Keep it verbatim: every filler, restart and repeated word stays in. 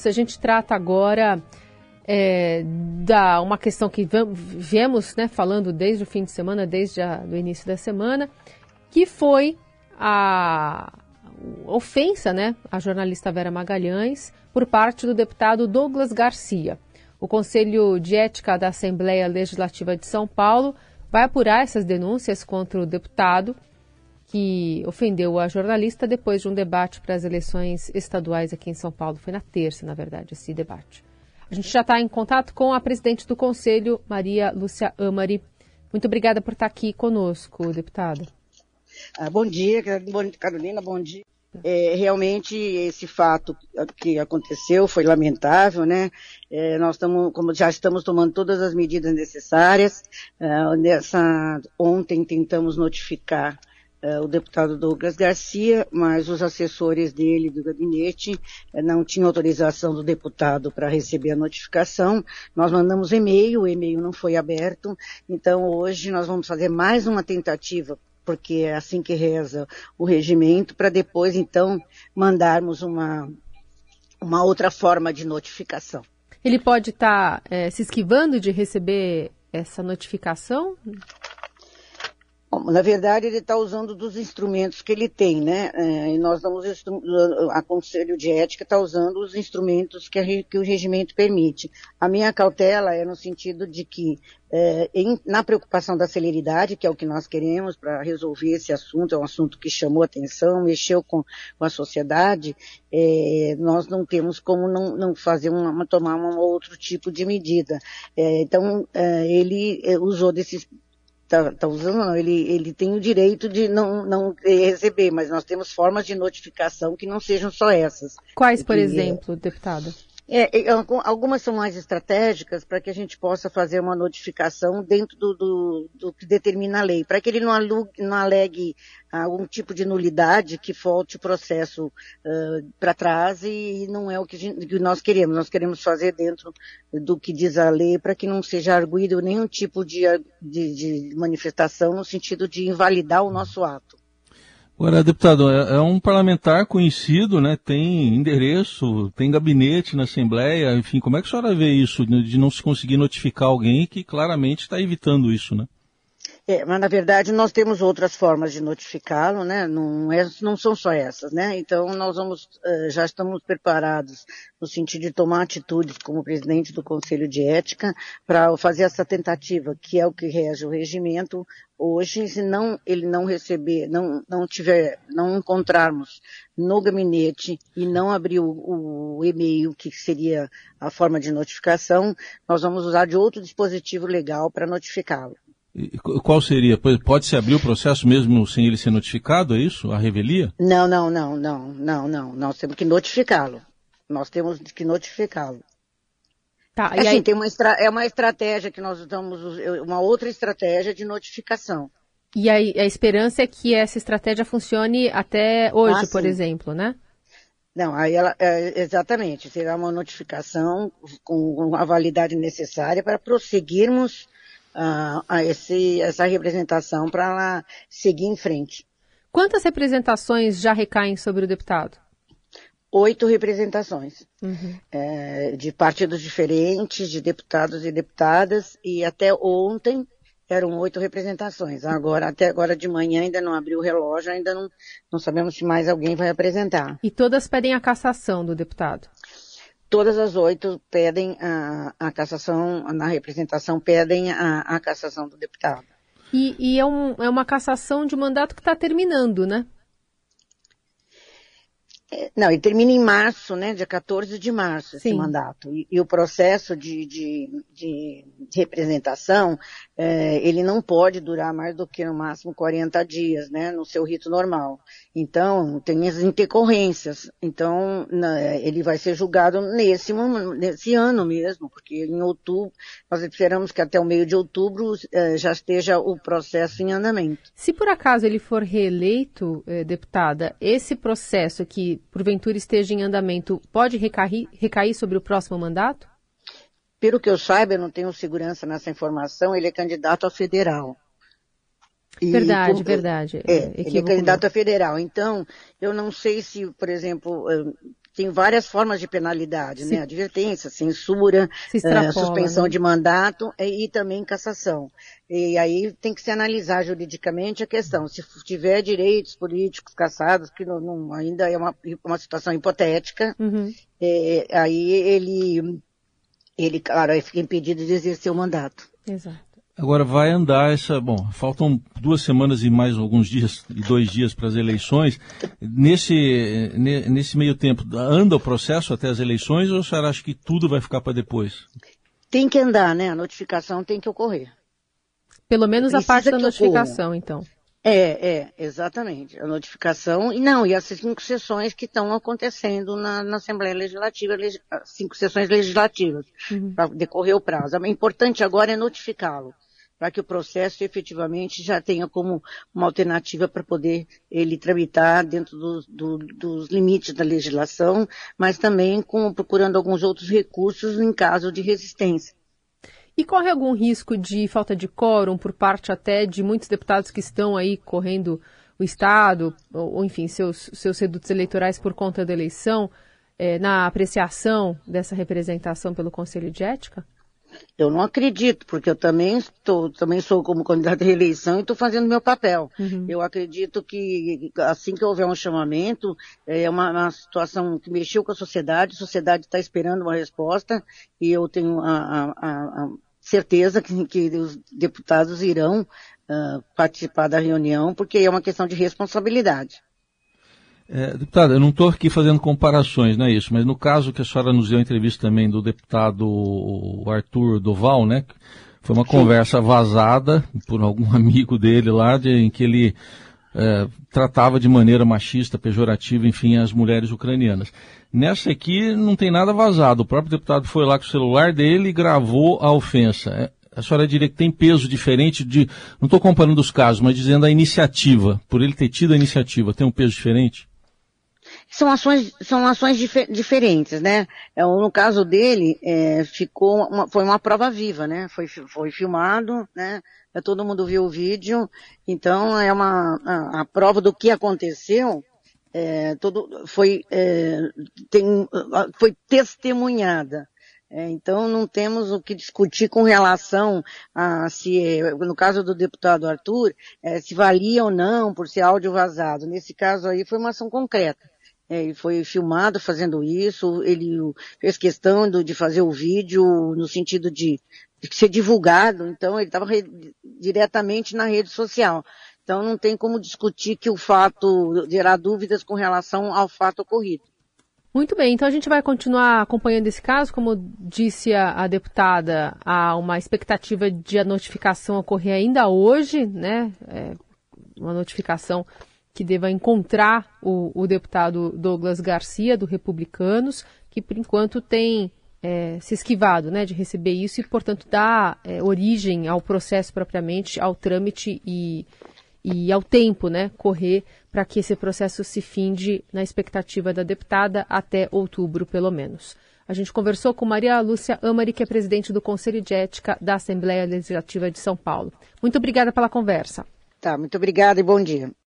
A gente trata agora é, da uma questão que viemos, né, falando desde o fim de semana, desde o início da semana, que foi a ofensa, né, à jornalista Vera Magalhães por parte do deputado Douglas Garcia. O Conselho de Ética da Assembleia Legislativa de São Paulo vai apurar essas denúncias contra o deputado que ofendeu a jornalista depois de um debate para as eleições estaduais aqui em São Paulo. Foi na terça, na verdade, esse debate. A gente já está em contato com a presidente do Conselho, Maria Lúcia Amari. Muito obrigada por estar aqui conosco, deputada. Ah, bom dia, Carolina, bom dia. É, realmente esse fato que aconteceu foi lamentável, né? É, nós estamos, como já estamos tomando todas as medidas necessárias. É, nessa, ontem tentamos notificar é, o deputado Douglas Garcia, mas os assessores dele do gabinete é, não tinham autorização do deputado para receber a notificação. Nós mandamos e-mail, o e-mail não foi aberto, então hoje nós vamos fazer mais uma tentativa, porque é assim que reza o regimento, para depois, então, mandarmos uma, uma outra forma de notificação. Ele pode estar tá, é, se esquivando de receber essa notificação? Bom, na verdade, ele está usando dos instrumentos que ele tem, né? É, e nós damos, a Conselho de Ética está usando os instrumentos que, a, que o regimento permite. A minha cautela é no sentido de que, é, em, na preocupação da celeridade, que é o que nós queremos para resolver esse assunto, é um assunto que chamou atenção, mexeu com, com a sociedade, é, nós não temos como não, não fazer uma, tomar um outro tipo de medida. É, então, é, ele é, usou desses Tá, tá usando, não, ele, ele tem o direito de não, não receber, mas nós temos formas de notificação que não sejam só essas. Quais, por que, exemplo, deputada? É, é, algumas são mais estratégicas para que a gente possa fazer uma notificação dentro do, do, do que determina a lei, para que ele não, alugue, não alegue algum tipo de nulidade que volte o processo uh, para trás e não é o que, gente, que nós queremos. Nós queremos fazer dentro do que diz a lei para que não seja arguído nenhum tipo de, de, de manifestação no sentido de invalidar o nosso ato. Agora, deputado, é, é um parlamentar conhecido, né? Tem endereço, tem gabinete na Assembleia, enfim, como é que a senhora vê isso, de não se conseguir notificar alguém que claramente está evitando isso, né? É, mas na verdade nós temos outras formas de notificá-lo, né? Não, é, não são só essas, né? Então nós vamos, uh, já estamos preparados no sentido de tomar atitudes como presidente do Conselho de Ética para fazer essa tentativa, que é o que rege o regimento. Hoje, se não, ele não receber, não, não tiver, não encontrarmos no gabinete e não abrir o, o e-mail, que seria a forma de notificação, nós vamos usar de outro dispositivo legal para notificá-lo. E qual seria? Pode-se abrir o processo mesmo sem ele ser notificado, é isso? A revelia? Não, não, não, não, não, não. Nós temos que notificá-lo. Nós temos que notificá-lo. Tá, é, e assim, aí... tem uma estra... é uma estratégia que nós estamos, uma outra estratégia de notificação. E aí, a esperança é que essa estratégia funcione até hoje, ah, por sim. exemplo, né? Não, aí ela, é, exatamente, será uma notificação com a validade necessária para prosseguirmos Uh, a esse, essa representação para ela seguir em frente. Quantas representações já recaem sobre o deputado? Oito representações. Uhum. É, de partidos diferentes, de deputados e deputadas, e até ontem eram oito representações. Agora, até agora de manhã ainda não abriu o relógio, ainda não, não sabemos se mais alguém vai apresentar. E todas pedem a cassação do deputado? Todas as oito pedem a, a cassação, na representação, pedem a, a cassação do deputado. E, e é, um, é uma cassação de mandato que está terminando, né? É, não, ele termina em março, né? Dia quatorze de março, esse Sim. mandato. E, e o processo de, de, de representação, é, ele não pode durar mais do que no máximo quarenta dias, né? No seu rito normal. Então, tem as intercorrências. Então, na, ele vai ser julgado nesse, nesse ano mesmo, porque em outubro, nós esperamos que até o meio de outubro é, já esteja o processo em andamento. Se por acaso ele for reeleito, eh, deputada, esse processo que porventura esteja em andamento, pode recair, recair sobre o próximo mandato? Pelo que eu saiba, eu não tenho segurança nessa informação, ele é candidato a federal. E, verdade, como, verdade. É, ele é candidato meu. a federal. Então, eu não sei se, por exemplo, tem várias formas de penalidade, Sim. né? Advertência, censura, uh, suspensão, né, de mandato e, e também cassação. E aí tem que se analisar juridicamente a questão. Se tiver direitos políticos cassados, que não, não, ainda é uma, uma situação hipotética, uhum. é, aí ele, ele, claro, aí fica impedido de exercer o mandato. Exato. Agora vai andar essa... Bom, faltam duas semanas e mais alguns dias, e dois dias para as eleições. Nesse, nesse meio tempo, anda o processo até as eleições ou a senhora acha que tudo vai ficar para depois? Tem que andar, né? A notificação tem que ocorrer. Pelo menos a parte da notificação, ocorra. Então. É, é, exatamente. A notificação, e não, e as cinco sessões que estão acontecendo na, na Assembleia Legislativa, leg, cinco sessões legislativas, uhum. para decorrer o prazo. O importante agora é notificá-lo, para que o processo efetivamente já tenha como uma alternativa para poder ele tramitar dentro do, do, dos limites da legislação, mas também com, procurando alguns outros recursos em caso de resistência. E corre algum risco de falta de quórum por parte até de muitos deputados que estão aí correndo o Estado, ou enfim, seus, seus redutos eleitorais por conta da eleição, é, na apreciação dessa representação pelo Conselho de Ética? Eu não acredito, porque eu também estou, também sou como candidata à reeleição e estou fazendo meu papel. Uhum. Eu acredito que assim que houver um chamamento, é uma, uma situação que mexeu com a sociedade, a sociedade está esperando uma resposta e eu tenho a, a, a certeza que, que os deputados irão uh, participar da reunião, porque é uma questão de responsabilidade. É, deputada, eu não estou aqui fazendo comparações, não é isso, mas no caso que a senhora nos deu a entrevista também do deputado Arthur Doval, né, foi uma Sim. conversa vazada por algum amigo dele lá, de, em que ele é, tratava de maneira machista, pejorativa, enfim, as mulheres ucranianas. Nessa aqui não tem nada vazado, o próprio deputado foi lá com o celular dele e gravou a ofensa. É, a senhora diria que tem peso diferente de, não estou comparando os casos, mas dizendo a iniciativa, por ele ter tido a iniciativa, tem um peso diferente? São ações, são ações dif- diferentes, né? No caso dele, é, ficou uma, foi uma prova viva, né? Foi, foi filmado, né? Todo mundo viu o vídeo, então é uma, a, a prova do que aconteceu, é, todo, foi, é, tem, foi testemunhada. É, então não temos o que discutir com relação a se, no caso do deputado Arthur, é, se valia ou não por ser áudio vazado. Nesse caso aí foi uma ação concreta. É, ele foi filmado fazendo isso, ele fez questão do, de fazer o vídeo no sentido de, de ser divulgado, então ele estava diretamente na rede social. Então não tem como discutir que o fato, gerar dúvidas com relação ao fato ocorrido. Muito bem, então a gente vai continuar acompanhando esse caso. Como disse a, a deputada, há uma expectativa de a notificação ocorrer ainda hoje, né? É, uma notificação que deva encontrar o, o deputado Douglas Garcia, do Republicanos, que por enquanto tem é, se esquivado, né, de receber isso e, portanto, dá é, origem ao processo propriamente, ao trâmite e, e ao tempo, né, correr para que esse processo se finde na expectativa da deputada até outubro, pelo menos. A gente conversou com Maria Lúcia Amari, que é presidente do Conselho de Ética da Assembleia Legislativa de São Paulo. Muito obrigada pela conversa. Tá, muito obrigada e bom dia.